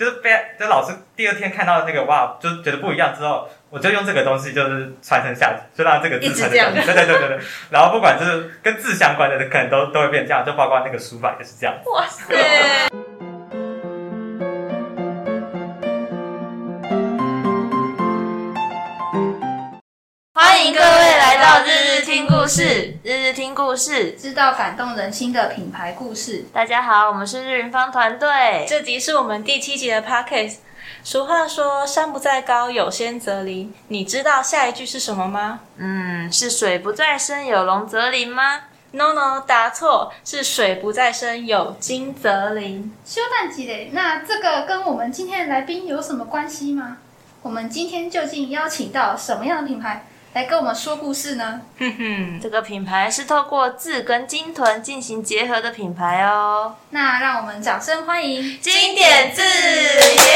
就老师第二天看到那个哇，就觉得不一样之后，我就用这个东西就是传承下去，就让这个字传承下去。对。然后不管就是跟字相关的，可能都会变这样，就包括那个书法也是这样。 哇塞！欢迎各位来到日日听故事，日日听故事， 知道感动人心的品牌故事。 大家好，我们是日云芳团队。 这集是我们第7集的 Podcast。俗话说，山不在高，有仙则灵。你知道下一句是什么吗？ 是水不在深，有龙则灵吗？ No， 答错，是水不在深，有金则灵。 修蛋鸡嘞，那这个跟我们今天的来宾有什么关系吗？我们今天究竟邀请到什么样的品牌来跟我们说故事呢？ 这个品牌是透过字跟鲸豚进行结合的品牌哦。 那让我们掌声欢迎经典字耶！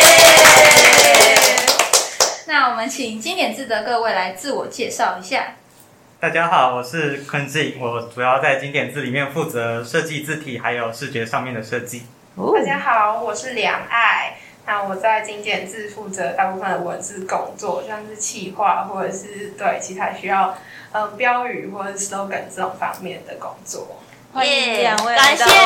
那我们请经典字的各位来自我介绍一下。 大家好，我是坤静，我主要在经典字里面负责设计字体还有视觉上面的设计。 大家好，我是梁爱。那我在经典字负责大部分的文字工作，像是企划或者是对其他需要标语或者 slogan 这种方面的工作。 欢迎两位感谢你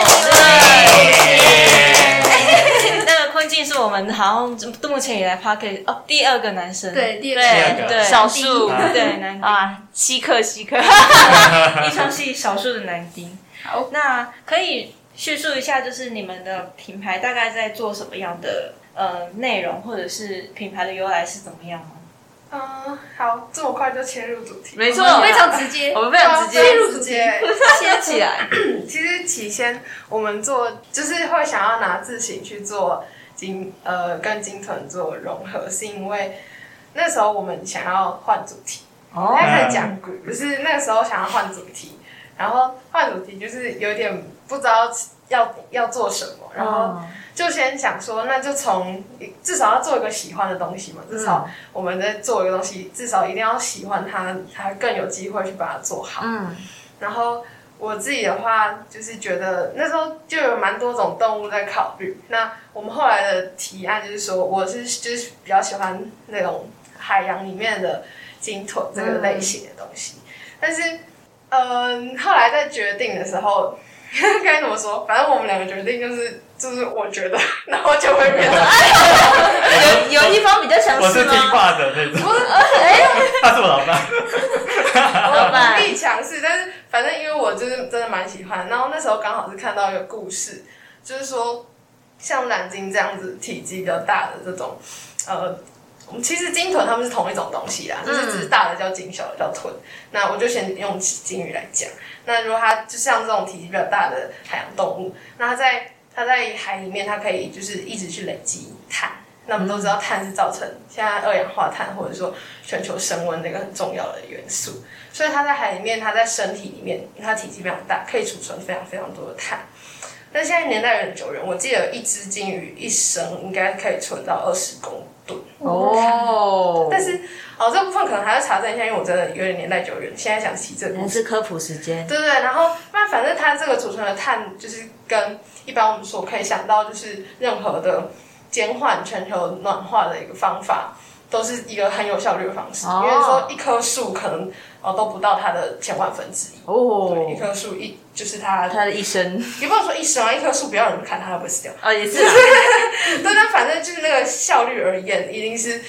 们。那个坤静是我们好像目前以来 Podcast 第2个男生， 对，第二个对， 少数对男啊，稀客， 一双系少数的男丁。 好， 那可以叙述一下，就是你们的品牌大概在做什么样的内容，或者是品牌的由来是怎么样吗？ 好，这么快就切入主题， 没错， 非常直接， 我们非常直接切入主题， 切起来。 其实起先我们做就是会想要拿字形去做跟鲸豚做融合，是因为那时候我们想要换主题。大家开始讲古，就是那个时候想要换主题，然后换主题就是有点不知道要做什么，然后就先想说，那就从至少要做一个喜欢的东西嘛，至少我们在做一个东西，至少一定要喜欢它，才更有机会去把它做好。然后我自己的话，就是觉得那时候就有蛮多种动物在考虑。那我们后来的提案就是说，我就是比较喜欢那种海洋里面的鲸豚这个类型的东西，但是后来在决定的时候。该怎么说？反正我们两个决定就是我觉得，然后就会变成有一方比较强势吗？ 我是听话的那种，他是我老大。 我不必强势，但是反正因为我就是真的蛮喜欢。然后那时候刚好是看到一个故事，就是说像蓝鲸这样子体积比较大的这种其实鲸豚它们是同一种东西啦，就是只是大的叫鲸，小的叫豚。那我就先用鲸鱼来讲。那如果它就像这种体积比较大的海洋动物，那它在海里面，它可以就是一直去累积碳。那我们都知道碳是造成现在二氧化碳或者说全球升温的一个很重要的元素，所以它在海里面，它在身体里面，它体积非常大，可以储存非常非常多的碳。但现在年代有点久远，我记得一只鲸鱼一生应该可以存到20公吨但是这部分可能还要查证一下，因为我真的有点年代久远，现在想起这个故事是科普时间。 对，然后那反正它这个储存的碳，就是跟一般我们所可以想到，就是任何的减缓全球暖化的一个方法，都是一个很有效率的方式。因为说一棵树可能都不到它的1000万分之一。对，一棵树就是它的一生， 也不能说一生啊，一棵树不要人砍它，它不会死掉。 也是啦。 对，但反正就是那个效率而言，一定是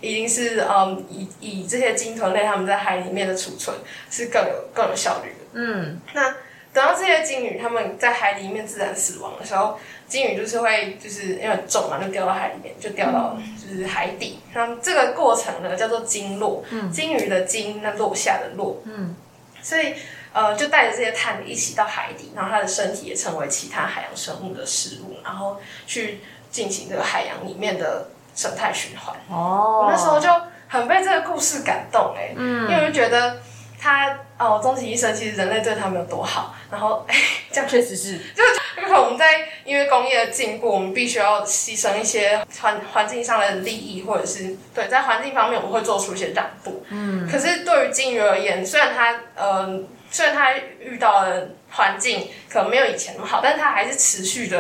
以这些鲸豚类它们在海里面的储存是更有效率的。那等到这些鲸鱼它们在海里面自然死亡的时候，鲸鱼就是会就是因为很重嘛，就掉到海里面，就掉到就是海底。那这个过程呢叫做鲸落，鲸鱼的鲸，那落下的落。所以就带着这些碳一起到海底，然后它的身体也成为其他海洋生物的食物，然后去进行这个海洋里面的生态循环。我那时候就很被这个故事感动因为我就觉得他终其一生，其实人类对他们有多好，然后这样确实是， 就是我们在因为工业的进步，我们必须要牺牲一些环境上的利益，或者是对在环境方面我们会做出一些让步。可是对于鲸鱼而言，虽然它遇到的环境可能没有以前那么好，但它还是持续的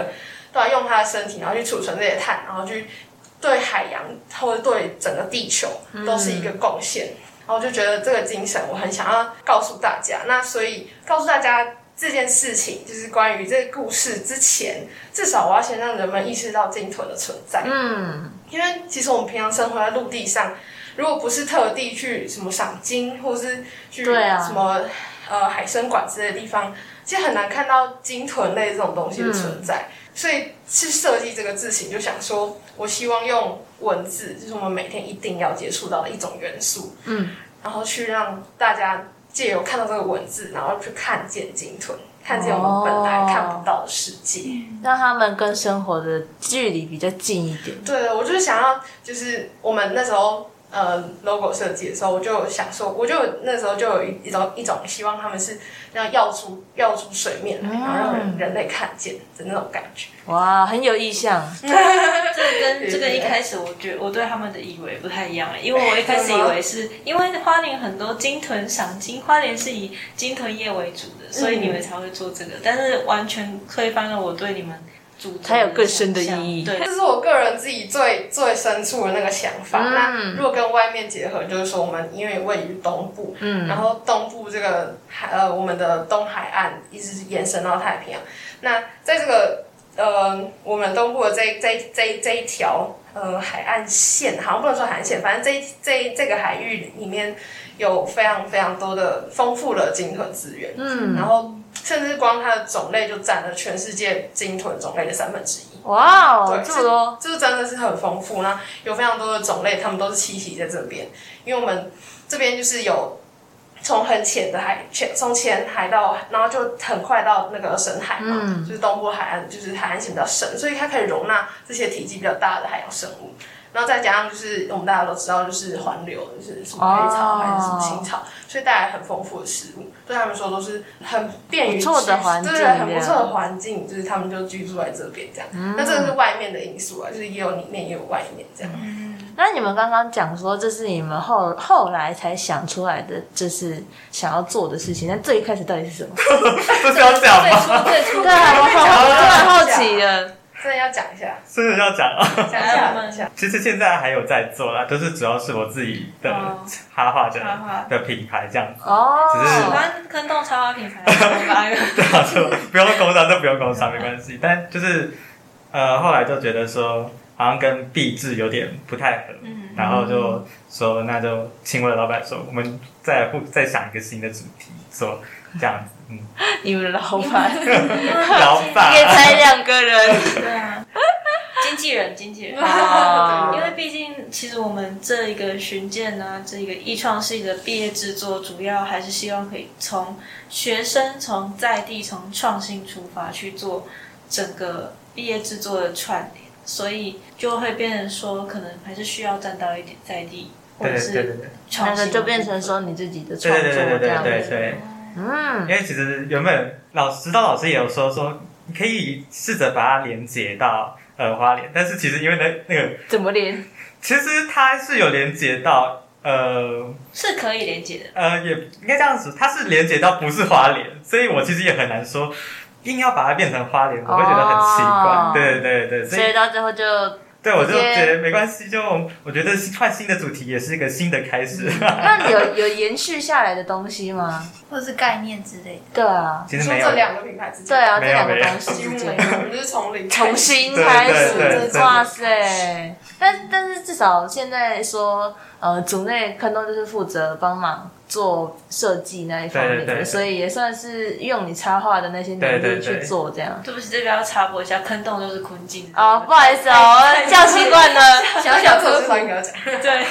对啊，用他的身体，然后去储存这些碳，然后去对海洋或者对整个地球都是一个贡献。然后我就觉得这个精神我很想要告诉大家，那所以告诉大家这件事情，就是关于这个故事之前，至少我要先让人们意识到鲸豚的存在。因为其实我们平常生活在陆地上，如果不是特地去什么赏鲸，或是去什么海参馆之类的地方，其实很难看到鲸豚类这种东西的存在。所以去设计这个字形，就想说我希望用文字，就是我们每天一定要接触到的一种元素，然后去让大家借由看到这个文字，然后去看见鲸豚，看见我们本来看不到的世界， 让他们跟生活的距离比较近一点。 对，我就是想要，就是我们那时候logo 设计的时候，我就想说，我就那时候就有一种希望他们是让耀出水面来，然后让人类看见的那种感觉。 哇，很有意象。 这跟一开始我对他们的以为不太一样，因为我一开始以为是因为花莲很多鲸豚赏鲸，花莲是以鲸豚业为主的，所以你们才会做这个，但是完全推翻了我对你们它有更深的意义。 对， 这是我个人自己最深处的那个想法。那如果跟外面结合，就是说我们因为位于东部，然后东部这个我们的东海岸一直延伸到太平洋。那在这个我们东部的这一条海岸线，好像不能说海岸线，反正这个海域里面有非常非常多的丰富的鲸豚资源，然后甚至光它的种类就占了全世界鲸豚种类的1/3。 哇哦， 对， 这么多， 这真的是很丰富。那有非常多的种类，它们都是栖息在这边，因为我们这边就是有从很浅的从浅海到，然后就很快到那个深海嘛，就是东部海岸，就是海岸线比较深，所以它可以容纳这些体积比较大的海洋生物。然后再加上就是我们大家都知道，就是环流，就是什么黑潮还是什么青草，所以带来很丰富的食物，对他们说都是很便于不错的环境， 对，很不错的环境，就是他们就居住在这边这样。那这个是外面的因素啊，就是也有里面也有外面这样。 那你们刚刚讲说这是你们后来才想出来的，就是想要做的事情，那最一开始到底是什么？ 不是要讲吗？ 最初对啊，我突然好奇了。 真的要讲一下， 真的要讲啊！ 讲一下。 其实现在还有在做啦，就是主要是我自己的插画的品牌这样子。只是喜欢坑洞插画品牌， 对啊，就不用工商，就不用工商没关系。但就是后来就觉得说，好像跟壁纸有点不太合，然后就说那就请我的老板说，我们再想一个新的主题做这样子。 你们的老板， 老板也才2个人， 对啊，经纪人，因为毕竟其实我们这一个巡建啊，这一个艺创系的毕业制作，主要还是希望可以从学生从在地从创新出发去做整个毕业制作的串联，所以就会变成说，可能还是需要站到一点在地，或者是创新， 那个就变成说你自己的创作这样子。 对。因为其实原本指导老师也有说你可以试着把它连接到花莲，但是其实因为那个怎么连？ 其实它是有连接到是可以连接的， 也应该这样子，它是连接到不是花莲，所以我其实也很难说硬要把它变成花莲，我会觉得很奇怪。对， 所以到最后就。 对，我就觉得没关系，就我觉得换新的主题也是一个新的开始。 那有延续下来的东西吗？ 或者是概念之类的？ 对啊， 其实没有。 这2个品牌之间， 对啊，这2个东西几乎没有，我们就是从零重新开始。哇塞！但是至少现在说，组内坑洞就是负责帮忙做设计那一方面的，所以也算是用你插画的那些能力去做这样。 对不起，这边要插播一下，坑洞就是坤镜。 哦，不好意思哦，叫习惯了， 小科普。 对。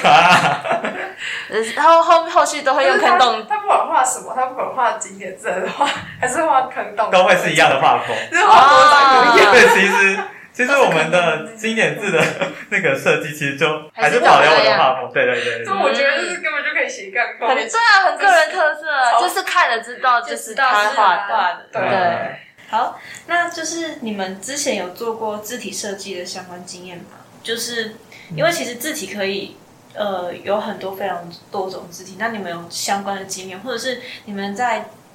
后续都会用坑洞。 他不管画什么，他不管画经典字的话，还是画坑洞， 都会是一样的画风。 就是画多长不一样。 对，其实我们的经典字的那个设计，其实就还是保留我的画风。对。 所以我觉得就是根本就可以斜杠。 对啊，很个人特色，就是看了知道就是他画的。对。 好，那就是你们之前有做过字体设计的相关经验吗？就是因为其实字体可以有很多非常多种字体，那你们有相关的经验，或者是你们在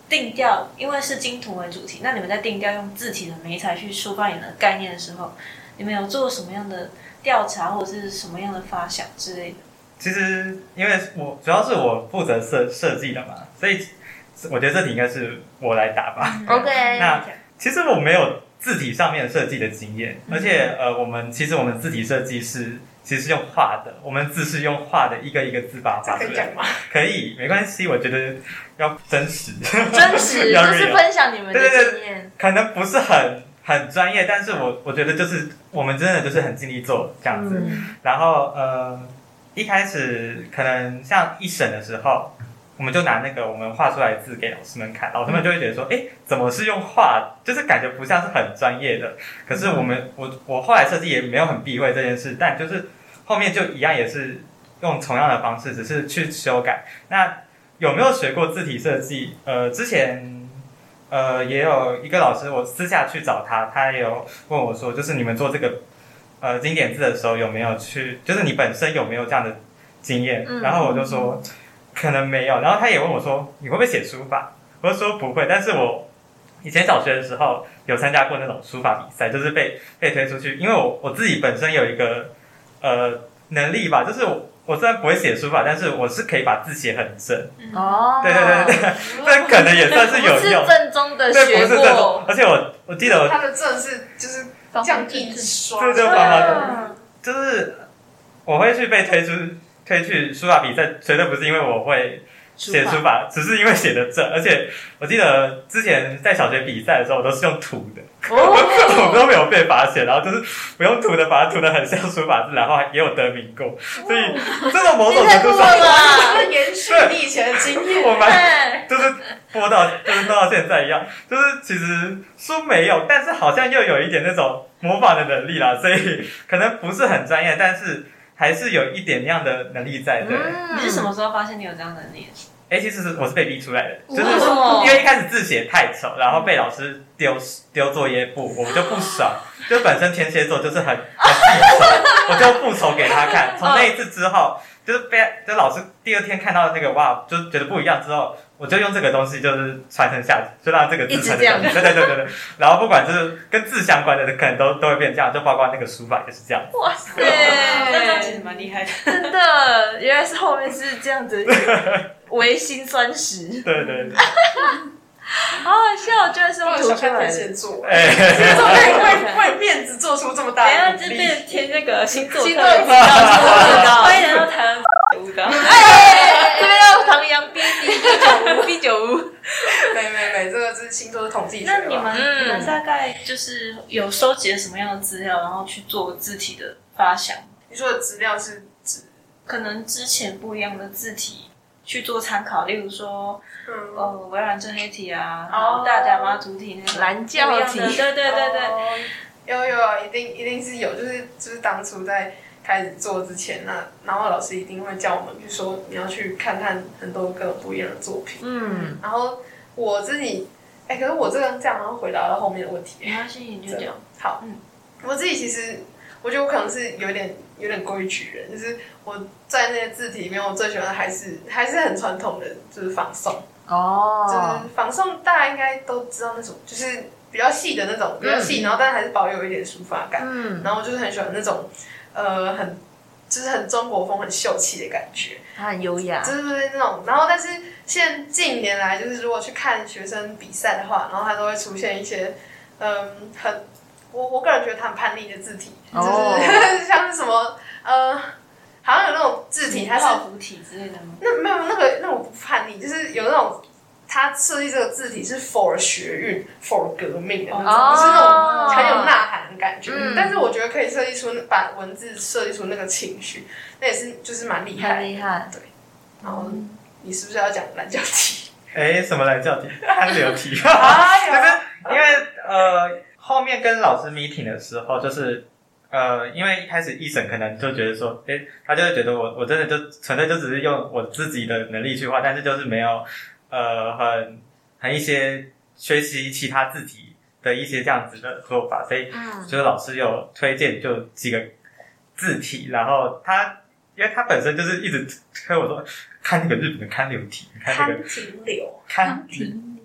定调，因为是金图为主题，那你们在定调用字体的媒材去抒发你的概念的时候，你们有做什么样的调查或者是什么样的发想之类的？ 其实因为主要是我负责设计的嘛，所以我觉得这题应该是我来答吧。 OK， 那其实我没有字体上面设计的经验，而且我们字体设计其实是用画的，我们字是用画的一个一个字把它画出来。可以，没关系，我觉得要真实， 真实就是分享你们的经验， 可能不是很专业，但是我觉得就是我们真的就是很尽力做这样子。然后一开始可能像一审的时候，我们就拿那个我们画出来的字给老师们看，老师们就会觉得说，怎么是用画，就是感觉不像是很专业的。可是我后来设计也没有很避讳这件事，但就是后面就一样也是用同样的方式，只是去修改。那有没有学过字体设计？之前也有一个老师，我私下去找他，他也有问我说，就是你们做这个经典字的时候有没有就是你本身有没有这样的经验？然后我就说可能没有。然后他也问我说你会不会写书法？我就说不会，但是我以前小学的时候有参加过那种书法比赛，就是被推出去，因为我自己本身有一个能力吧，就是我虽然不会写书法，但是我是可以把字写很正。对，这可能也算是有用。不是正宗的学过， 对，不是正宗。 而且我记得他的正是就是这样印刷， 就就是我会去被推去书法比赛，绝对不是因为我会写书法，只是因为写的正。而且我记得之前在小学比赛的时候，我都是用涂的，我都没有被罚写，然后就是我用涂的把它涂得很像书法字，然后也有得名过。所以这种某种程度上， 就是延续你以前的经验， 我们就是播到现在一样，就是其实书没有，但是好像又有一点那种模仿的能力啦，所以可能不是很专业，但是还是有一点那样的能力在。对， 你是什么时候发现你有这样的能力？ 其实我是被逼出来的，就是因为一开始字写太丑，然后被老师丢作业簿，我就不爽，就本身天蝎座就是很记仇，我就复仇给他看。从那一次之后，就老师第二天看到那个哇，就觉得不一样之后，我就用这个东西就是传承下去，就让这个字传承下去。对。然后不管就是跟字相关的，可能都会变这样，就包括那个书法也是这样。 哇塞， 那其实蛮厉害的。 真的，原来是后面是这样子，唯心酸石。 对。 好好笑，居然是用涂出来的。 先做，为面子做出这么大的努力。 等一下就变成填那个星座星课， 座欢迎来到台湾舞蹈。 这边要唐扬 B95， 没，这个是星座的统计学。 那你们大概就是有收集了什么样的资料，然后去做字体的发想？ 你说的资料是指可能之前不一样的字体去做参考，例如说，微软正黑体啊，然后大甲妈祖体那个蓝教体， 对， 有，一定是有，就是当初在开始做之前，然后老师一定会叫我们，就说你要去看很多各种不一样的作品。然后我自己，可是我这样然后回答到后面的问题， 没关系，你就讲。 好，我自己其实我觉得我可能是有点规矩人，就是我在那些字体里面，我最喜欢的还是很传统的，就是仿宋。就是仿宋，大家应该都知道那种，就是比较细的那种，比较细，然后但还是保有一点书法感。然后我就是很喜欢那种，就是很中国风、很秀气的感觉。 它很优雅。 对那种。然后，但是近年来，就是如果去看学生比赛的话，然后它都会出现一些，我个人觉得它很叛逆的字体，就是像是什么好像有那种字体，它是泡芙体之类的吗？ 那没有那种不叛逆，就是有那种他设计这个字体是 for 学运 for 革命的那种，就是那种很有呐喊的感觉。但是我觉得可以设计出把文字设计出那个情绪，那也是就是蛮厉害。 很厉害。 对。然后你是不是要讲蓝教体？ 什么蓝教体？韩流体。就是因为后面跟老师 meeting 的时候，就是因为一开始一审可能就觉得说，他就会觉得我真的就纯粹就只是用我自己的能力去画，但是就是没有很一些学习其他字体的一些这样子的做法，所以就是老师有推荐就几个字体，然后因为他本身就是一直推我说看那个日本的刊流体，你看那个康廷流， 刊廷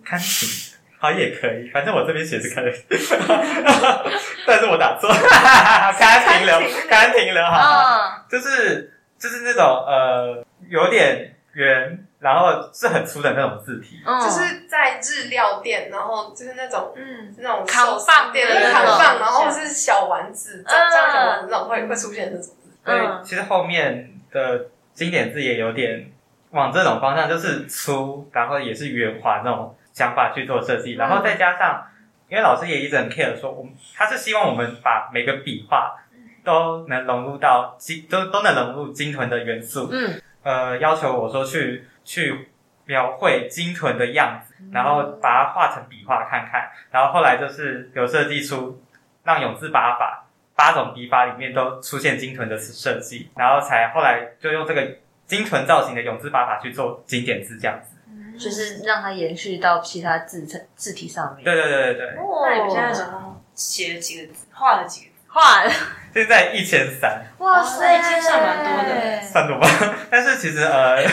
看庭，好也可以，反正我这边写是看但是我打错，看庭了，好，就是那种有点圆，然后是很粗的那种字体， 就是在日料店，然后就是那种那种扛棒店的扛棒，然后是小丸子，这样小丸子那种会出现那种字。 所以其实后面的经典字也有点往这种方向，就是粗，然后也是圆滑那种想法去做设计，然后再加上，因为老师也一直很 care 说，他是希望我们把每个笔画都能融入到都能融入鲸豚的元素，要求我说去描绘鲸豚的样子，然后把它画成笔画看看，然后后来就是有设计出让永字八法8种笔法里面都出现鲸豚的设计，然后才后来就用这个鲸豚造型的永字八法去做经典字这样子， 就是让它延续到其他字体上面。 对。 那你们现在总共写了几个字，画了几个字？ 画了， 现在1300， 哇塞， 已经算蛮多的， 算多吧？但是其实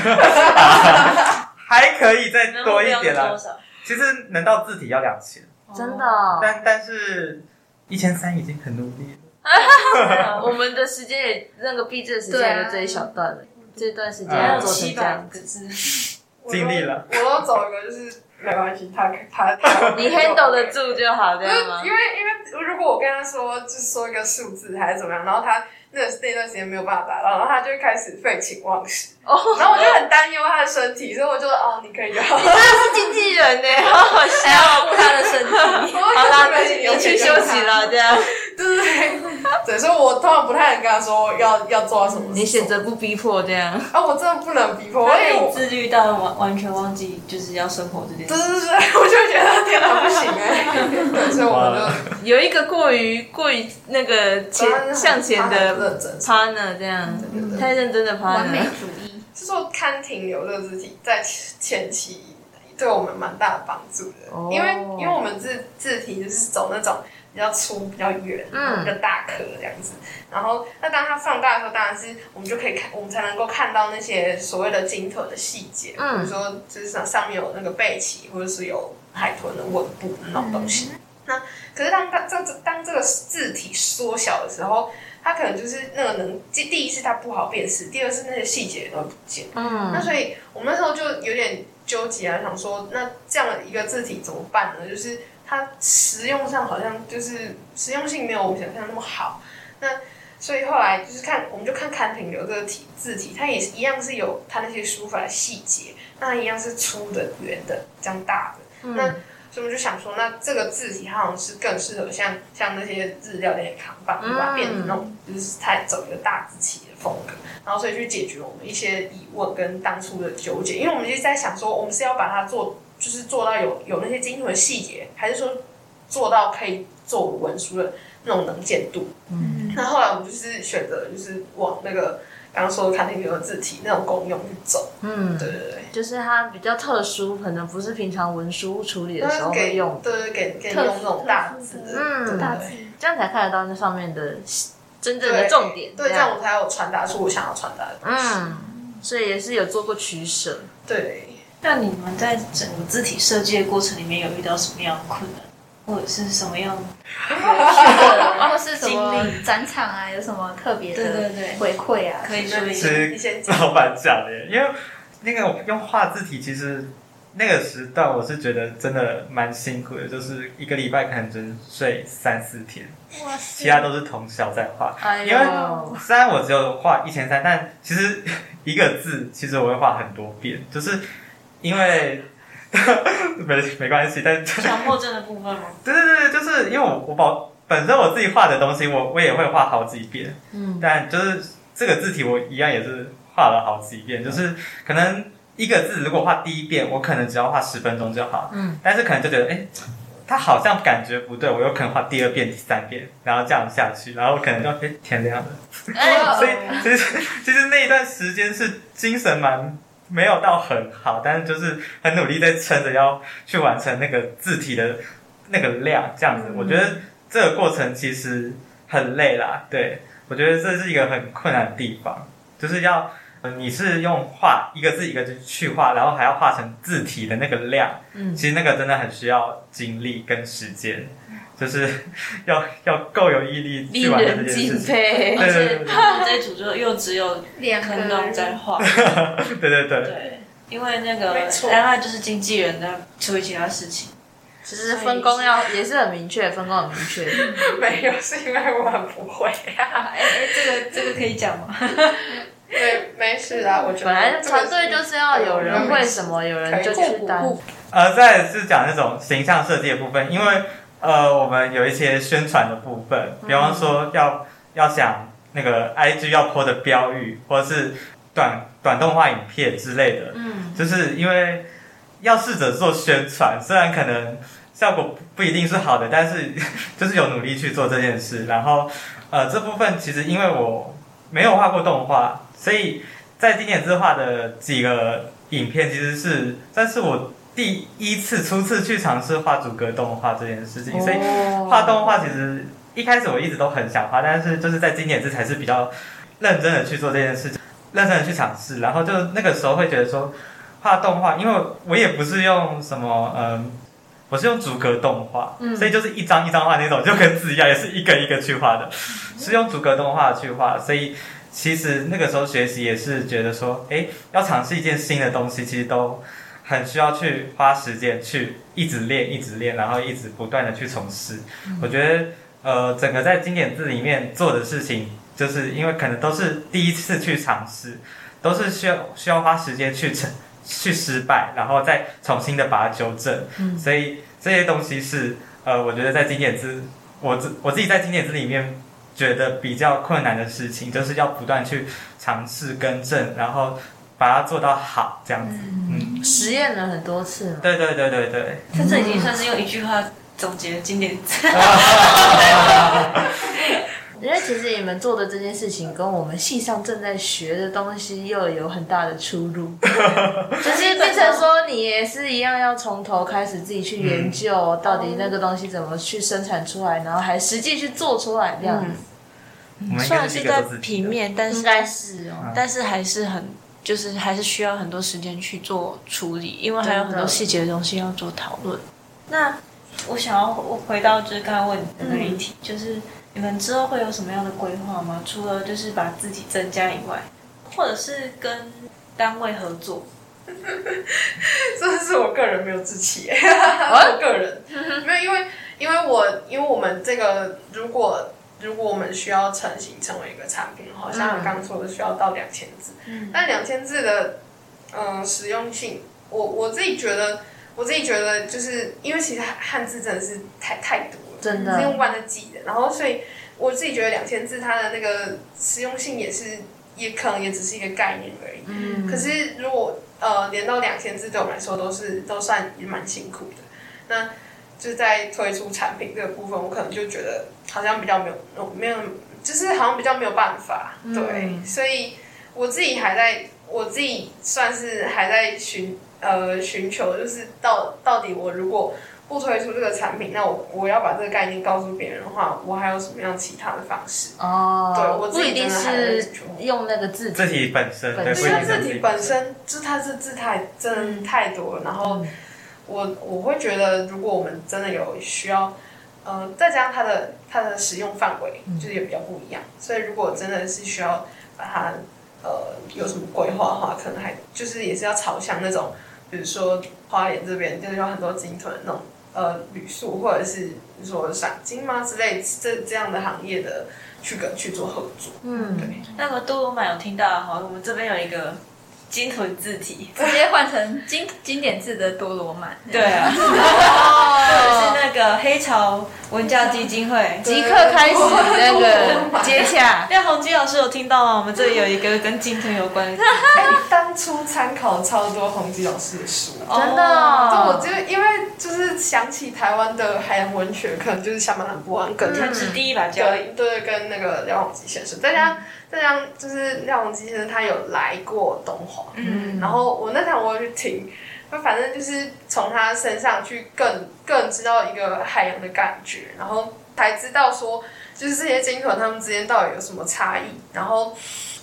还可以再多一点啦。其实能到字体要2000， 真的哦。 但是1300已经很努力了。 我们的时间也那个毕制的时间也就这一小段了，这段时间要做成这样子， 尽力了。 我都走一个就是没关系，他你 handle 得住就好，对吗？ 因为如果我跟他说就是说一个数字还是怎么样，然后他那段时间没有办法达到，然后他就会开始废寝忘食，然后我就很担忧他的身体，所以我就你可以就好。 你真的是经纪人呢，好好笑， 要顾他的身体。 好啦，你去休息了，这样。 对，所以我通常不太能跟他说要做到什么。 你选择不逼迫这样。 我真的不能逼迫， 他可以自律到完全忘记就是要生活这件事。 对，我就觉得天哪，不行对，所以我就有一个过于那个向前的 partner 这样，太认真的 partner， 完美主义。 是说看停留这个字体在前期对我们蛮大的帮助的，因为我们字体就是走那种比较粗、比较圆、比较大颗这样子。然后，那当它放大的时候，当然是我们就可以看，我们才能够看到那些所谓的鲸豚的细节，比如说就是上面有那个背鳍，或者是有海豚的吻部那种东西。那可是当这个字体缩小的时候，它可能就是那个第一是它不好辨识，第二是那些细节都不见。那所以我们那时候就有点纠结啊，想说那这样的一个字体怎么办呢？就是它实用上好像就是实用性没有我们想象那么好。那所以后来就是我们就看看停留这个字体，它也一样是有它那些书法的细节，那它一样是粗的、圆的、这样大的。那所以我们就想说，那这个字体它好像是更适合像那些日料店的扛棒，就把它变成那种就是它走一个大字体的风格，然后所以去解决我们一些疑问跟当初的纠结，因为我们一直在想说，我们是要把它做到有那些精准的细节，还是说做到可以做文书的那种能见度？那后来我们就是选择就是往那个刚刚说的看停留的字体那种功用去走。对， 就是它比较特殊，可能不是平常文书处理的时候会用。 对，给用那种大字的， 大字， 这样才看得到那上面的真正的重点。 对，这样我才有传达出我想要传达的东西。 所以也是有做过取舍。 对。 那你们在整个字体设计的过程里面有遇到什么样的困难，或者是什么样或是什么展场啊，有什么特别的回馈啊？ 可以说一些老板讲的，因为那个用画字体，其实那个时段我是觉得真的蛮辛苦的，就是一个礼拜可能只睡3-4天，其他都是通宵在画。因为虽然我只有画1300，但其实一个字其实我会画很多遍，就是因为没关系，但强迫症的部分吗？ 对，就是因为我本身我自己画的东西，我也会画好几遍，但就是这个字体我一样也是画了好几遍，就是可能一个字如果画第一遍，我可能只要画10分钟就好，但是可能就觉得它好像感觉不对，我有可能画第2遍、第3遍，然后这样下去，然后可能就天亮了，所以其实那一段时间是精神没有到很好，但是就是很努力在撑着要去完成那个字体的那个量，这样子，我觉得这个过程其实很累啦。对，我觉得这是一个很困难的地方，就是要你是用画一个字一个字去画，然后还要画成字体的那个量，其实那个真的很需要精力跟时间，就是要够有毅力去完成这件事情。 而且他们这组就又只有 2个人在画， 对， 因为那个然后就是经纪人在处理其他事情。 其实分工也是很明确，分工很明确。 没有，是因为我很不会啊。 这个可以讲吗？ 对，没事啦，我觉得本来团队就是要有人会什么，有人就去担。 再来是讲那种形象设计的部分，因为我们有一些宣传的部分，比方说要想那个 IG 要 po 的标语，或者是短动画影片之类的，就是因为要试着做宣传，虽然可能效果不一定是好的，但是就是有努力去做这件事。然后这部分其实因为我没有画过动画，所以在经典字画的几个影片其实算是我第一次初次去尝试画主格动画这件事情，所以画动画其实一开始我一直都很想画，但是就是在经典字才是比较认真的去做这件事情，认真的去尝试。然后就那个时候会觉得说画动画，因为我也不是用什么我是用逐格动画，所以就是一张一张画那种，就跟字一样，也是一个一个去画的，是用逐格动画去画。所以其实那个时候学习也是觉得说，要尝试一件新的东西，其实都很需要去花时间去一直练，然后一直不断的去从事。我觉得整个在经典字里面做的事情，就是因为可能都是第一次去尝试，都是需要花时间去失败，然后再重新的把它纠正。所以这些东西是我觉得在经典字，我自己在经典字里面觉得比较困难的事情，就是要不断去尝试更正，然后把它做到好这样子。 实验了很多次。 对。 他这已经算是用一句话总结经典字。 因为其实你们做的这件事情跟我们系上正在学的东西又有很大的出入，就是变成说你也是一样要从头开始自己去研究到底那个东西怎么去生产出来，然后还实际去做出来这样子。 虽然是在平面，但是应该是但是还是还是需要很多时间去做处理，因为还有很多细节的东西要做讨论。那我想要回到就是刚刚问你的那一题，就是你们之后会有什么样的规划吗？除了就是把自己增加以外，或者是跟单位合作？ 这是我个人没有志气我个人没有，因为我们这个如果我们需要成型成为一个产品，好像刚刚说的需要到2000字，但2000字的实用性，我自己觉得就是因为其实汉字真的是太多了， 真的是用万的记的，然后所以我自己觉得2000字它的那个实用性也可能也只是一个概念而已。可是如果连到2000字对我们来说都算也蛮辛苦的，那就在推出产品这个部分，我可能就觉得好像比较没有，就是好像比较没有办法，对，所以我自己算是还在寻求，就是到底我如果不推出这个产品，那我要把这个概念告诉别人的话，我还有什么样其他的方式？对，我自己真的还在不一定是用那个字体本身， 对，字体本身就是它这字真的太多了，然后我会觉得，如果我们真的有需要，再加上它的使用范围就是也比较不一样，所以如果真的是需要把它有什么规划的话，可能还就是也是要朝向那种，比如说花莲这边就是有很多鲸豚那种旅宿，或者是说赏鲸吗之类这样的行业的去做合作。对。 那么多罗马有听到的话，我们这边有一个鲸豚字体， 直接换成经典字的多罗曼。 对啊，是那个黑潮文教基金会即刻开始那个接洽。 廖鸿基老师有听到吗？我们这里有一个跟鲸豚有关的字体。 当初参考超多鸿基老师的书， 真的。 对，我就因为就是想起台湾的海洋文学，可能就是夏曼兰波安跟他是第一把交椅， 对，跟那个廖鸿基先生，再加上就是廖鸿基先生他有来过东华，然后我那场我有去听，反正就是从他身上去更知道一个海洋的感觉，然后才知道说就是这些鲸豚它们之间到底有什么差异，然后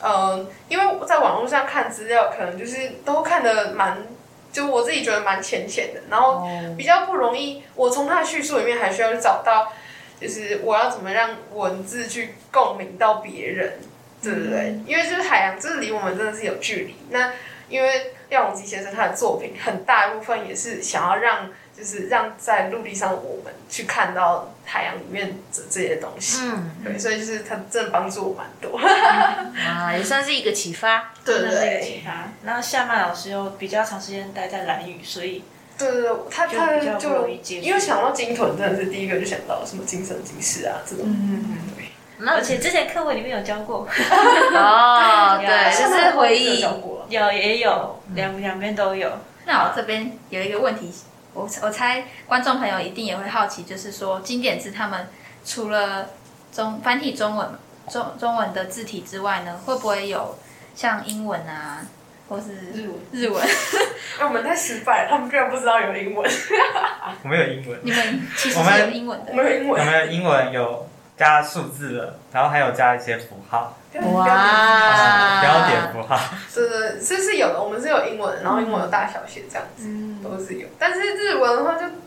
因为在网络上看资料，可能就是都看得就我自己觉得蛮浅显的，然后比较不容易。我从他的叙述里面还需要去找到，就是我要怎么让文字去共鸣到别人，对不对？因为就是海洋，就是离我们真的是有距离。那因为廖永基先生他的作品很大一部分也是想要让在陆地上的我们去看到海洋里面这些东西，对，所以就是他真的帮助我蛮多， 也算是一个启发， 对真的是一个启发。然后夏曼老师又比较长时间待在兰屿，所以对，他就比较不容易接触， 因为想到鲸豚真的是第一个就想到什么今生今世啊这种， 对。而且之前课文里面有教过， 对，就是回忆， 也有两边都有。 那我这边有一个问题，我猜观众朋友一定也会好奇，就是说经典字他们除了繁体中文的字体之外呢，会不会有像英文啊，或是日文？ 我们太失败了，他们居然不知道有英文。 我们有英文， 你们其实是有英文的， 我们有英文， 有没有英文有加数字了，然后还有加一些符号，标点符号， 对，是有的。我们是有英文，然后英文有大小写这样子，都是有。但是日文的话就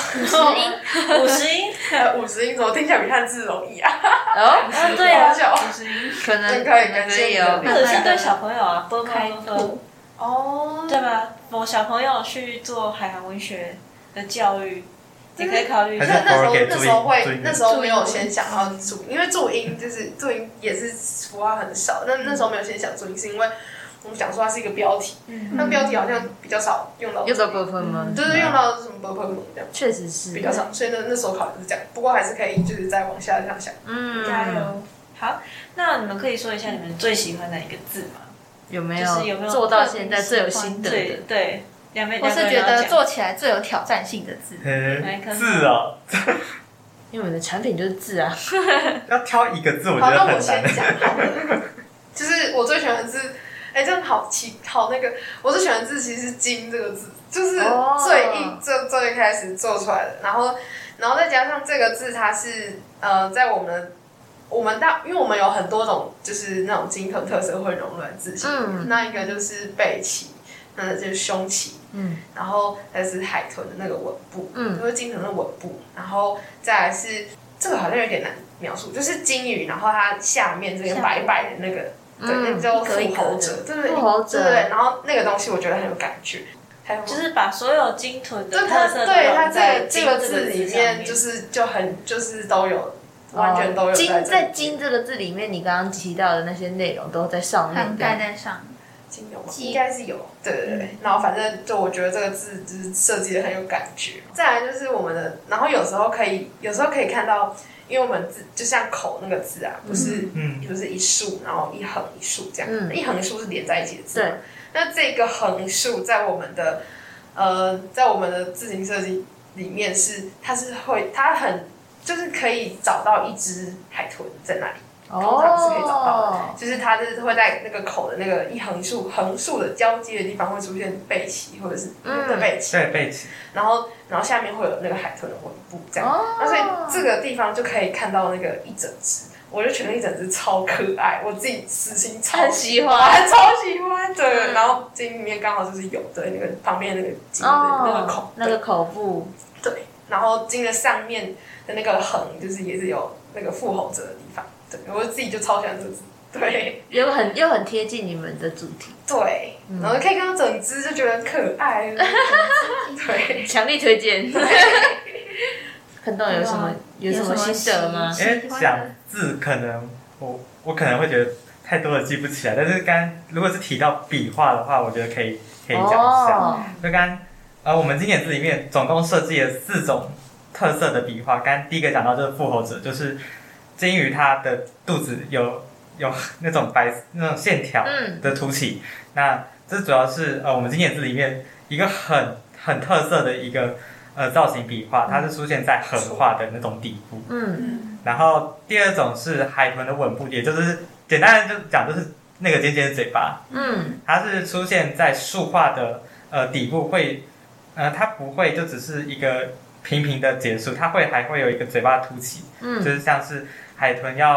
50音 ，50音怎么听起来比汉字容易啊？ 对啊 ，50音可能可以有， 或者是对小朋友啊，多开课对吧？我小朋友去做海洋文学的教育。也可以考虑一下。 那时候没有先想要注，因为注音也是符号很少。那时候没有先想注音，是因为我们想说它是一个标题，那标题好像比较少用到。 用到 performance， 就是用到什么 performance 这样。 确实是比较少，所以那时候考虑是这样。不过还是可以，就是再往下这样想。 加油！好，那你们可以说一下你们最喜欢哪一个字吗？ 有没有做到现在最有心得的？ 对。 我是觉得做起来最有挑战性的字， 字啊， 因为我们的产品就是字啊， 要挑一个字，我觉得很难。 那我先讲好了，就是我最喜欢的字，真的好那个，我最喜欢的字其实是“金”这个字，就是最一开始做出来的，然后再加上这个字，它是在因为我们有很多种，就是那种鲸豚特色会融入的字形，那一个就是背鳍。那就是胸鳍，然后再是海豚的那个吻部，就是鲸豚的吻部，然后再来是这个好像有点难描述，就是鲸鱼，然后它下面这个白白的那个，对，那叫复活者，对，然后那个东西我觉得很有感觉，还有就是把所有鲸豚的特色对它这个字里面就是都有。完全都有在“鲸”这个字里面，你刚刚提到的那些内容都在上面， 涵盖在上面。 有吗？应该是有，对。然后反正就我觉得这个字就是设计的很有感觉。再来就是我们的，然后有时候可以看到，因为我们字就像口那个字啊，不是一竖，然后一横一竖这样，一横一竖是连在一起的字。对。那这个横竖在我们的字形设计里面它很就是可以找到一只海豚在那里。通常是可以找到的，就是它就是会在那个口的那个一横竖的交接的地方会出现背鳍，或者是背鳍， 对背鳍， 然后下面会有那个海豚的吻部这样，那所以这个地方就可以看到那个一整只，我就觉得一整只超可爱，我自己私心超喜欢，对，然后鲸里面刚好就是有的那个旁边那个鲸的那个口， 那个口部， 对，然后鲸的上面的那个横就是也是有那个复活者的地方。我自己就超喜欢这个字，对， 又很贴近你们的主题， 对，然后可以看到整只就觉得很可爱，对， 强力推荐。看到有什么心得吗？ 因为讲字可能我可能会觉得太多了记不起来，但是如果是提到笔画的话，我觉得可以讲一下。就我们经典字里面总共设计了4种特色的笔画，第一个讲到就是复活者，就是鲸鱼它的肚子有那种那种线条的凸起，那这主要是我们经典字里面一个很特色的一个造型笔画，它是出现在横画的那种底部。然后第二种是海豚的吻部，也就是简单的就讲就是那个尖尖的嘴巴。它是出现在竖画的底部会它不会就只是一个平平的结束，它还会有一个嘴巴凸起，就是像是海豚要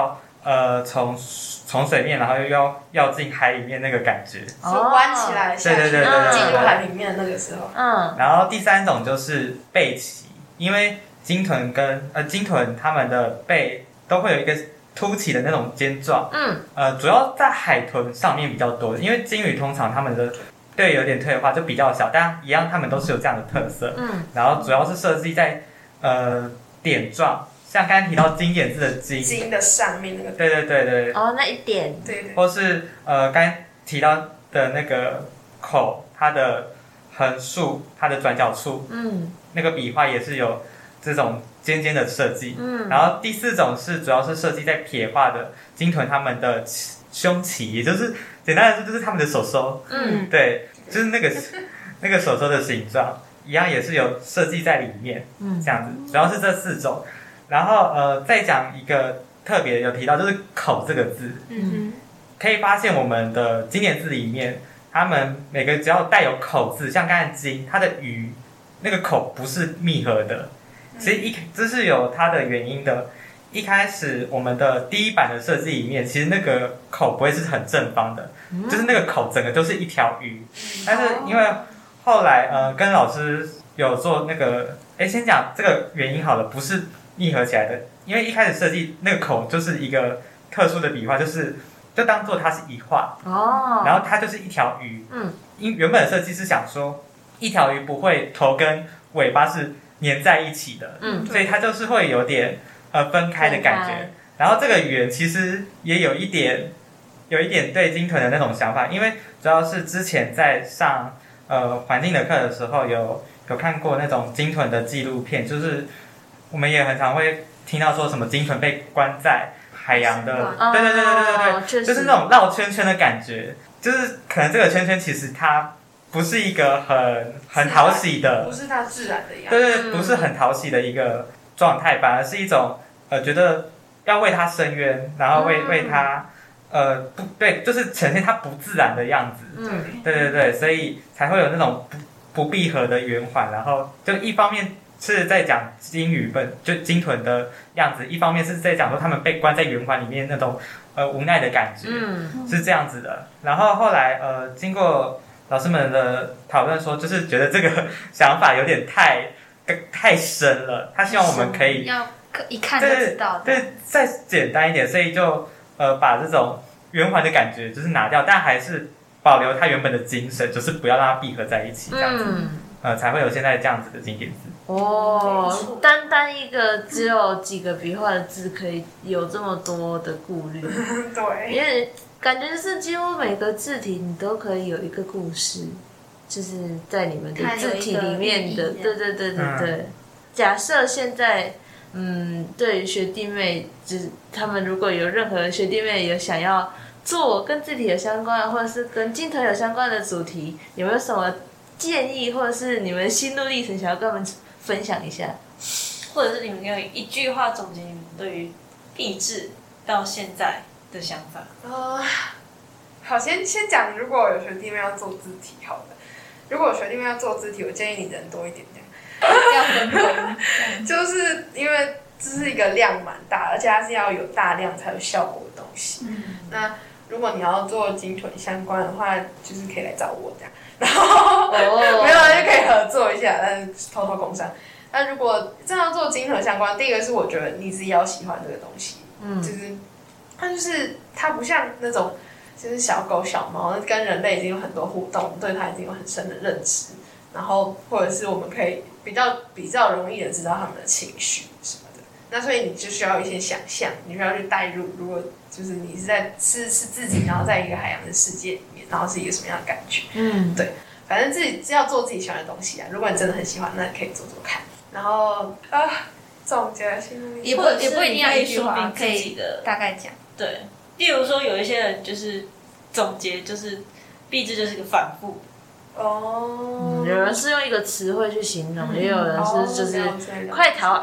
从水面，然后又要进海里面那个感觉。 弯起来下去， 对， 进入海里面的那个时候。 然后第三种就是背鳍，因为鲸豚它们的背都会有一个凸起的那种尖状。主要在海豚上面比较多，因为鲸鱼通常它们的对有点退化就比较小，但一样它们都是有这样的特色。然后主要是设计在点状。像刚才提到金点字的金的上面那个， 对， 那一点， 对， 或是刚才提到的那个口，它的横竖，它的转角处，那个笔画也是有这种尖尖的设计。然后第四种是主要是设计在撇画的鲸豚它们的胸鳍，也就是简单来说就是它们的手手，对，就是那个手手的形状，一样也是有设计在里面，这样子，主要是这四种。然后再讲一个特别有提到，就是口这个字，可以发现我们的经典字里面，他们每个只要带有口字，像刚才鲸，它的鱼那个口不是密合的，其实这是有它的原因的。一开始我们的第一版的设计里面，其实那个口不会是很正方的，就是那个口整个都是一条鱼，但是因为后来跟老师有做那个，先讲这个原因好了，不是密合起来的，因为一开始设计那个口就是一个特殊的笔画，就当做它是一画，然后它就是一条鱼。原本的设计是想说，一条鱼不会头跟尾巴是粘在一起的，所以它就是会有点分开的感觉。然后这个圆其实也有一点对鲸豚的那种想法，因为主要是之前在上环境的课的时候有看过那种鲸豚的纪录片，就是我们也很常会听到说什么鲸豚被关在海洋的，对，就是那种绕圈圈的感觉，就是可能这个圈圈其实它不是一个很讨喜的， 不是它自然的样子，对，不是很讨喜的一个状态，反而是一种觉得要为它伸冤，然后为它不对，就是呈现它不自然的样子，对，所以才会有那种不闭合的圆环，然后就一方面是在讲鲸豚的样子，一方面是在讲说他们被关在圆环里面那种无奈的感觉，是这样子的。然后后来经过老师们的讨论说，就是觉得这个想法有点太深了，他希望我们可以要一看就知道的， 对，再简单一点，所以就把这种圆环的感觉就是拿掉，但还是保留它原本的精神，就是不要让它闭合在一起，这样子。才会有现在这样子的经典字。 单一个只有几个笔画的字可以有这么多的顾虑， 对， 因为感觉是几乎每个字体你都可以有一个故事，就是在你们的字体里面的，对。假设现在，对于学弟妹，就是他们如果有任何学弟妹有想要做跟字体有相关，或者是跟鲸豚有相关的主题，有没有什么建议，或者是你们心路历程想要跟我们分享一下， 或者是你们有一句话总结你们对于毕制到现在的想法？ 好，先讲，如果有学弟妹要做字体，好的，如果有学弟妹要做字体，我建议你人多一点， 这样分工， 就是因为这是一个量蛮大，而且它是要有大量才有效果的东西。那如果你要做鲸豚相关的话，就是可以来找我这样。然后没有就可以合作一下，但是偷偷工商。那如果真的要做鲸豚相关，第一个是我觉得你自己要喜欢这个东西，就是它不像那种就是小狗小猫跟人类已经有很多互动，对它已经有很深的认知，然后或者是我们可以比较容易的知道他们的情绪什么的。那所以你就需要一些想象，你需要去带入。如果就是你是自己，然后在一个海洋的世界里面，然后是一个什么样的感觉？对，反正自己要做自己喜欢的东西啊。如果你真的很喜欢，那你可以做做看。然后总结心路历程， 也不一定要一句话，可以大概讲。 对，例如说有一些人就是总结，就是毕制就是个反复。 有人是用一个词汇去形容，也有人是就是快逃，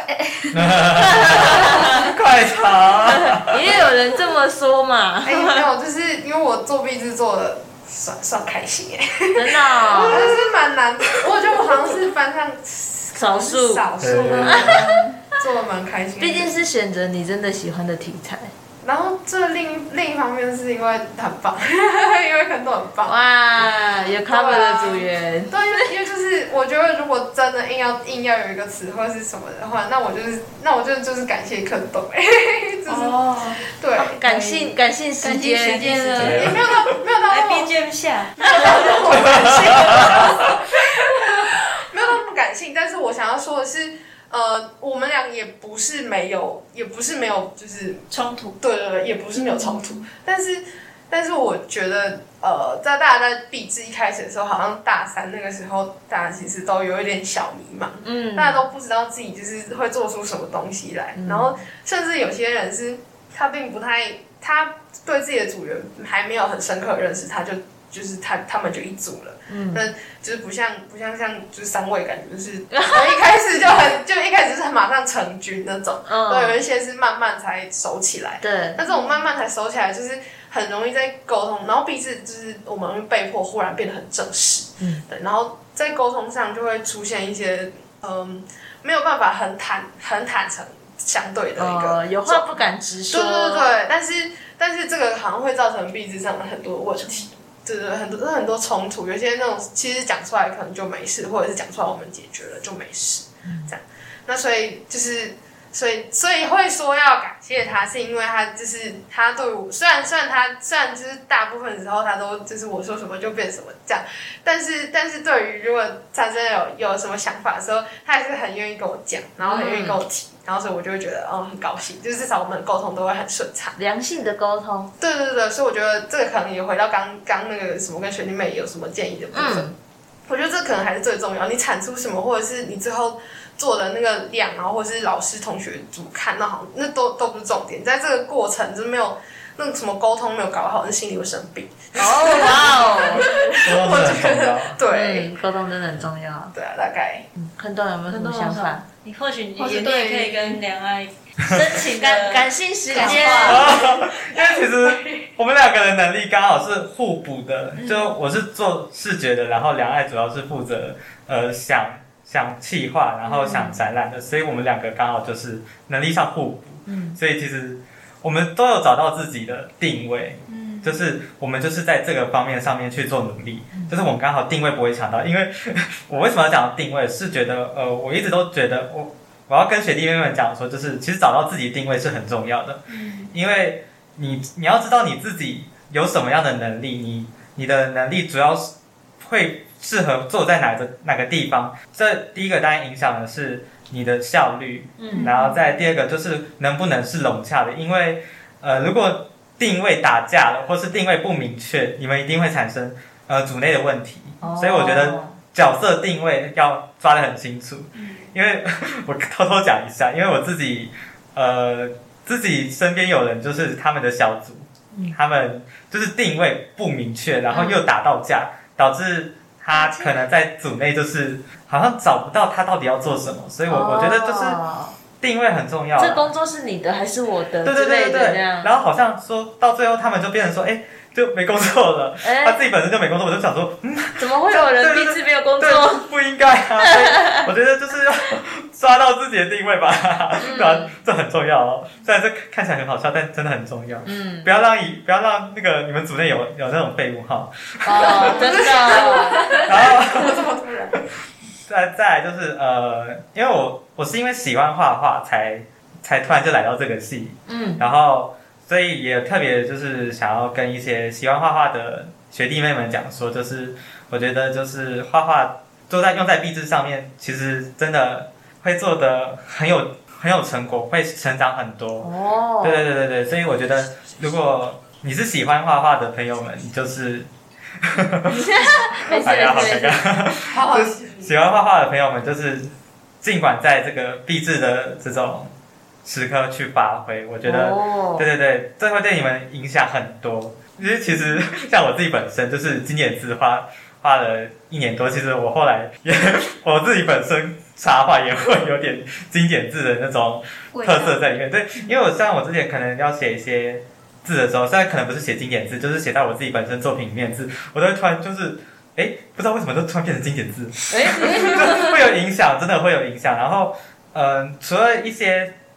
快逃， 也有人这么说嘛。 没有，就是因为我做毕制做的算开心真的，我觉得是蛮难的。我觉得我好像是班上少数做的蛮开心的。 毕竟是选择你真的喜欢的题材。 然后这另一方面是因为很棒，因为坑都很棒。 哇，有 cover 的组员。 对，因为就是我觉得如果真的硬要有一个词或是什么的话，那我就是感谢坑洞对， 感性时间的， 也没有到来 BGM 下， 没有到不感性，但是我想要说的是。我们俩也不是没有就是冲突， 对，也不是没有冲突，但是我觉得在大家在毕制一开始的时候，好像大三那个时候，大家其实都有一点小迷茫，大家都不知道自己就是会做出什么东西来，然后甚至有些人是他并不太，他对自己的组员还没有很深刻的认识，就是他们就一组了，但就是不像就是三位感觉就是一开始就一开始是马上成军那种，对，有一些是慢慢才熟起来， 对， 但这种慢慢才熟起来就是很容易在沟通，然后毕竟就是我们会被迫忽然变得很正式，对，然后在沟通上就会出现一些没有办法很坦诚相对的一个， 有话不敢直说， 对，但是这个好像会造成毕制上的很多问题。对，很多冲突，有些那种其实讲出来可能就没事，或者是讲出来我们解决了就没事，这样。那所以就是所以会说要感谢他，是因为他就是他对我，虽然就是大部分时候他都就是我说什么就变什么这样，但是对于如果他真的有什么想法的时候，他还是很愿意跟我讲，然后很愿意跟我提。然后所以我就会觉得很高兴，就是至少我们的沟通都会很顺畅， 良性的沟通。 对，所以我觉得这个可能也回到刚那个什么跟学弟妹有什么建议的部分，我觉得这可能还是最重要。你产出什么，或者是你最后做的那个量，然后或者是老师同学怎么看，那都不是重点，在这个过程就没有那个什么沟通没有搞好，那心里会生病。 我觉得对， 沟通真的很重要。 对啊，大概。 坑洞有没有什么想法？ 你或许你也可以跟梁爱申请感性时间， 因为其实我们两个人能力刚好是互补的，就我是做视觉的，然后梁爱主要是负责想企划，然后想展览的，所以我们两个刚好就是能力上互补，所以其实我们都有找到自己的定位，就是我们就是在这个方面上面去做努力，就是我们刚好定位不会抢到，因为我为什么要讲定位，是觉得我一直都觉得我要跟学弟妹们讲说，就是其实找到自己定位是很重要的，因为你要知道你自己有什么样的能力，你的能力主要是会适合做在哪个地方，这第一个当然影响的是你的效率，然后再第二个就是能不能是融洽的，因为如果定位打架了，或是定位不明确，你们一定会产生组内的问题，所以我觉得角色定位要抓得很清楚。因为我偷偷讲一下，因为我自己身边有人就是他们的小组，他们就是定位不明确，然后又打到架，导致他可能在组内就是好像找不到他到底要做什么，所以我觉得就是定位很重要。 这工作是你的还是我的？ 对，然后好像说到最后他们就变成说，就没工作了，他自己本身就没工作，我就想说， 怎么会有人第一次没有工作？ 对，不应该啊！所以我觉得就是要抓到自己的定位吧，对啊，这很重要哦。虽然这看起来很好笑，但真的很重要。不要让那个你们组内有那种废物哈。 真的。 然后这么突然。 再来就是因为我是因为喜欢画画才突然就来到这个系，然后所以也特别就是想要跟一些喜欢画画的学弟妹们讲说，就是我觉得就是画画用在毕制上面，其实真的会做的很有成果，会成长很多。对，所以我觉得如果你是喜欢画画的朋友们，你就是没事， 好喜欢画画的朋友们，就是尽管在这个毕制的这种时刻去发挥，我觉得，对，这会对你们影响很多。因为其实像我自己本身就是经典字画了1年多，其实我后来我自己本身插画也会有点经典字的那种特色在里面。对，因为像我之前可能要写一些字的时候，虽然可能不是写经典字，就是写在我自己本身作品里面的字，我都会突然就是不知道为什么就突然变成经典字，就会有影响，真的会有影响。然后除了一些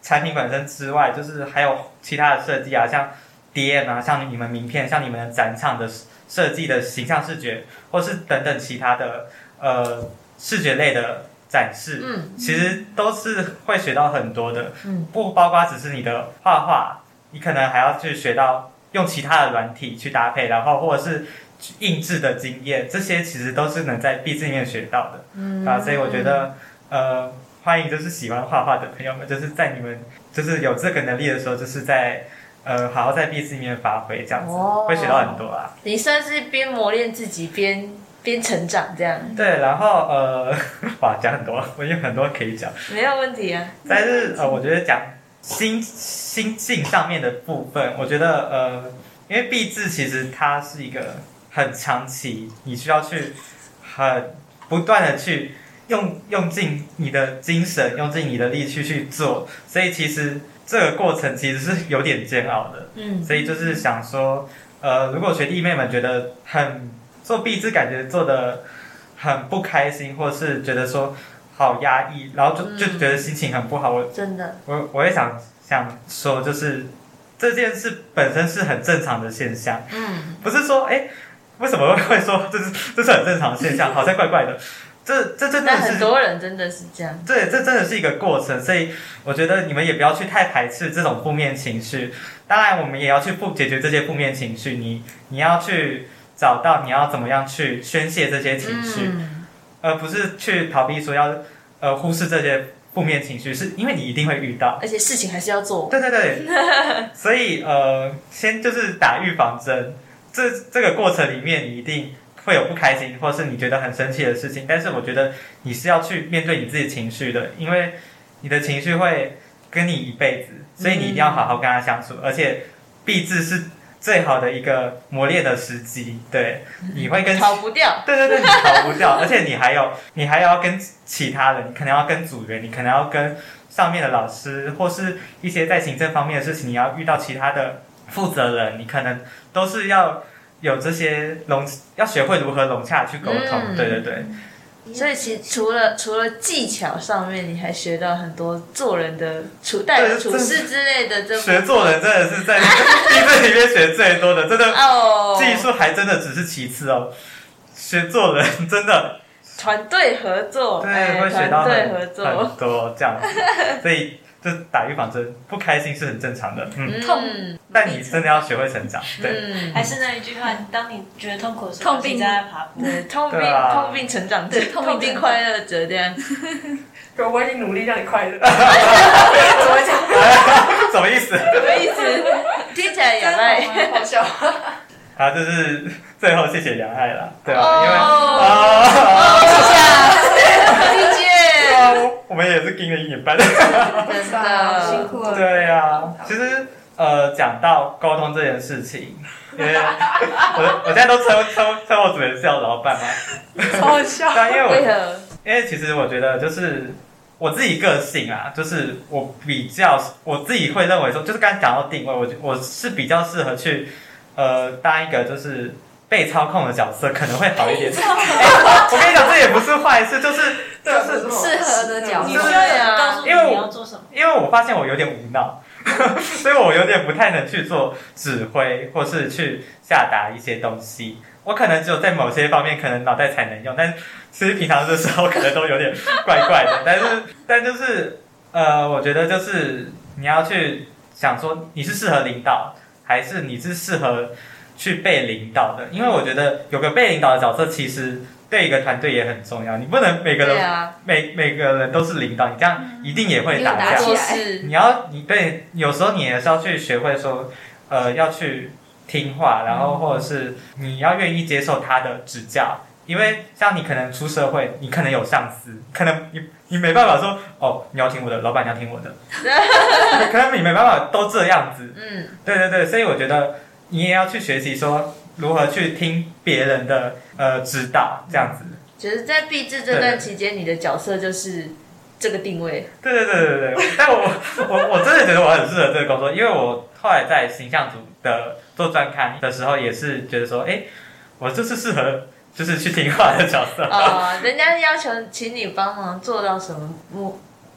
产品本身之外，就是还有其他的设计啊，像 DM 啊，像你们名片，像你们的展场的设计的形象视觉，或是等等其他的视觉类的展示，其实都是会学到很多的，不包括只是你的画画，你可能还要去学到用其他的软体去搭配，然后或者是印制的经验，这些其实都是能在毕制里面学到的，所以我觉得欢迎就是喜欢画画的朋友们，就是在你们就是有这个能力的时候，就是在好好在毕制里面发挥，这样子会学到很多啊。 你算是边磨练自己边成长这样。 对，然后哇，讲很多，我有很多可以讲， 没有问题啊。 但是我觉得讲心境上面的部分，我觉得因为毕制其实它是一个很长期，你需要去很不断的去用尽你的精神，用尽你的力气去做，所以其实这个过程其实是有点煎熬的。所以就是想说，如果学弟妹们觉得做毕制感觉做的很不开心，或是觉得说好压抑，然后就觉得心情很不好， 真的， 我也想说，就是这件事本身是很正常的现象，不是说为什么会说这是很正常的现象，好像怪怪的。这真的是， 但很多人真的是这样。 对，这真的是一个过程，所以我觉得你们也不要去太排斥这种负面情绪。当然，我们也要去解决这些负面情绪。你要去找到你要怎么样去宣泄这些情绪，而不是去逃避说要忽视这些负面情绪，是因为你一定会遇到， 而且事情还是要做。 对对对，所以先就是打预防针。这个过程里面，你一定会有不开心，或是你觉得很生气的事情，但是我觉得你是要去面对你自己情绪的，因为你的情绪会跟你一辈子，所以你一定要好好跟他相处，而且毕制是最好的一个磨练的时机，对，你会跟逃不掉， 对，你逃不掉，而且你还要跟其他人，你可能要跟组员，你可能要跟上面的老师，或是一些在行政方面的事情，你要遇到其他的负责人，你可能都是要有这些要学会如何融洽去沟通，对对对。 所以其实除了技巧上面，你还学到很多做人的待人处事之类的。 学做人真的是在毕制里面学最多的，真的技术还真的只是其次哦。学做人真的团队合作， 对，会学到很多这样子，所以就打预防针，不开心是很正常的，但你真的要学会成长，对。 还是那一句话，当你觉得痛苦的时候，痛并在爬步， 痛并成长，痛并快乐着这样。 我已经努力让你快乐。怎么讲？ 什么意思？ 什么意思？听起来有爱， 好笑。 好，就是最后谢谢梁爱啦，对吧？因为谢谢， 我们也是盯了1年半， 真的辛苦了。 对呀，其实讲到沟通这件事情，因为我现在都称我主人是叫老板嘛， 好好笑。 因为其实我觉得就是我自己个性啊，就是我自己会认为说，就是刚才讲到定位，我是比较适合去当一个就是被操控的角色，可能会好一点。我跟你讲，这也不是坏事，就是适合的角色。 你需要告诉你要做什么， 因为我发现我有点无脑。所以我有点不太能去做指挥，或是去下达一些东西。我可能只有在某些方面可能脑袋才能用，但其实平常的时候可能都有点怪怪的。但就是我觉得就是你要去想说你是适合领导，还是你是适合去被领导的。因为我觉得有个被领导的角色，其实对一个团队也很重要。你不能每个人每个人都是领导，你这样一定也会打架。有时候你也是要去学会说，要去听话，然后或者是你要愿意接受他的指教。因为像你可能出社会，你可能有上司，可能你没办法说你要听我的，老板你要听我的，可能你没办法都这样子。对，所以我觉得你也要去学习说如何去听别人的指导，这样子。 就是在毕制这段期间，你的角色就是这个定位。对。 但我真的觉得我很适合这个工作，因为我后来在形象组的做专刊的时候，也是觉得说，我就是适合就是去听话的角色。 人家要求请你帮忙做到什么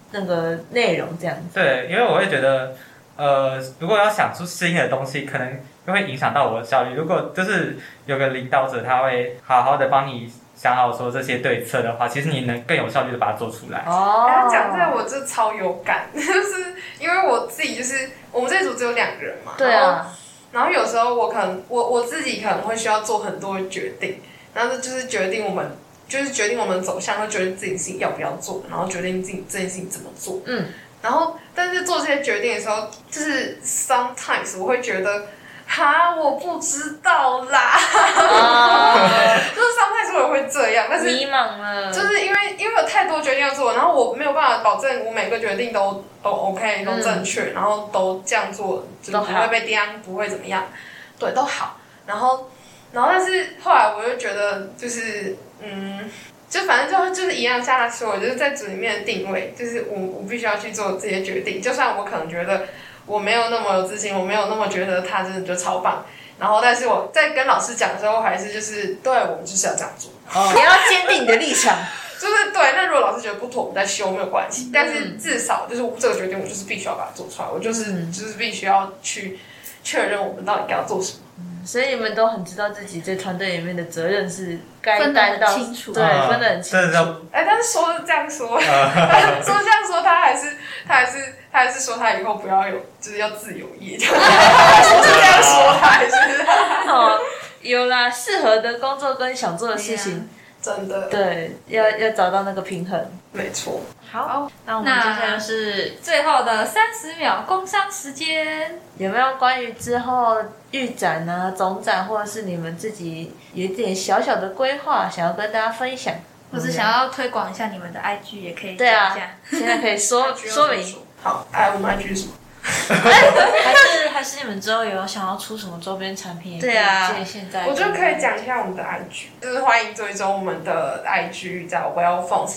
那个内容这样子。 对，因为我会觉得，如果要想出新的东西，可能就会影响到我的效率。如果就是有个领导者，他会好好的帮你想好说这些对策的话，其实你能更有效率的把它做出来。 讲这个我就超有感，就是因为我自己就是我们这组只有2个人嘛， 对啊， 然后有时候我自己可能会需要做很多决定，然后就是决定我们走向，会决定这件事情要不要做，然后决定这件事情怎么做。然后但是做这些决定的时候，就是 sometimes 我会觉得，我不知道啦，就是 sometimes 我也会这样，但是迷茫了， 就是因为有太多决定要做，然后我没有办法保证我每个决定都 OK 都正确，然后都这样做，就是不会被刁，不会怎么样，对，都好。然后但是后来我就觉得就是就反正就是一样，像他说，就是在组里面的定位，就是我必须要去做这些决定，就算我可能觉得我没有那么有自信，我没有那么觉得他真的就超棒，然后但是我在跟老师讲的时候，还是就是对我们就是要这样做， 你要坚定你的立场， 就是对。那如果老师觉得不妥，我们再修没有关系，但是至少就是这个决定，我就是必须要把它做出来，我就是必须要去确认我们到底该要做什么。 所以你们都很知道自己在团队里面的责任是该担到， 分得很清楚， 对，分得很清楚。 但是说是这样说，他还是说他以后不要有，就是要自由业，就是这样说，他还是有啦，适合的工作跟想做的事情， 真的对，要找到那个平衡， 没错。 好，那我们接下来是最后的30秒工商时间， 有没有关于之后预展啊、总展，或者是你们自己有一点小小的规划，想要跟大家分享， 或是想要推广一下你们的 IG， 也可以对啊讲一下。 现在可以说明。 好，我们 IG 是什么？ 还是你们之后有想要出什么周边产品？ 对啊， 现在我觉得可以讲一下我们的 IG， 就是欢迎追踪我们的 IG， 叫 Whalefont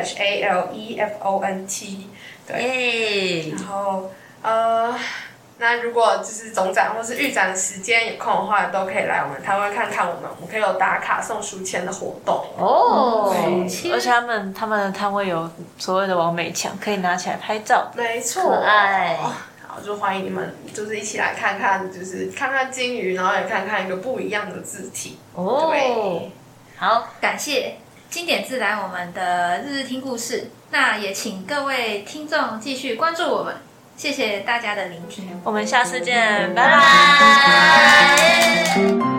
WHALEFONT。对，然后那如果就是总展或是预展的时间有空的话，都可以来我们摊位看看我们可以有打卡送书签的活动哦。而且他们的摊位有所谓的网美墙，可以拿起来拍照， 没错， 可爱。 好，就欢迎你们，就是一起来看看，就是看看金鱼，然后也看看一个不一样的字体哦。对， 好，感谢经典自来我们的日日听故事，那也请各位听众继续关注我们。谢谢大家的聆听， 我们下次见，拜拜。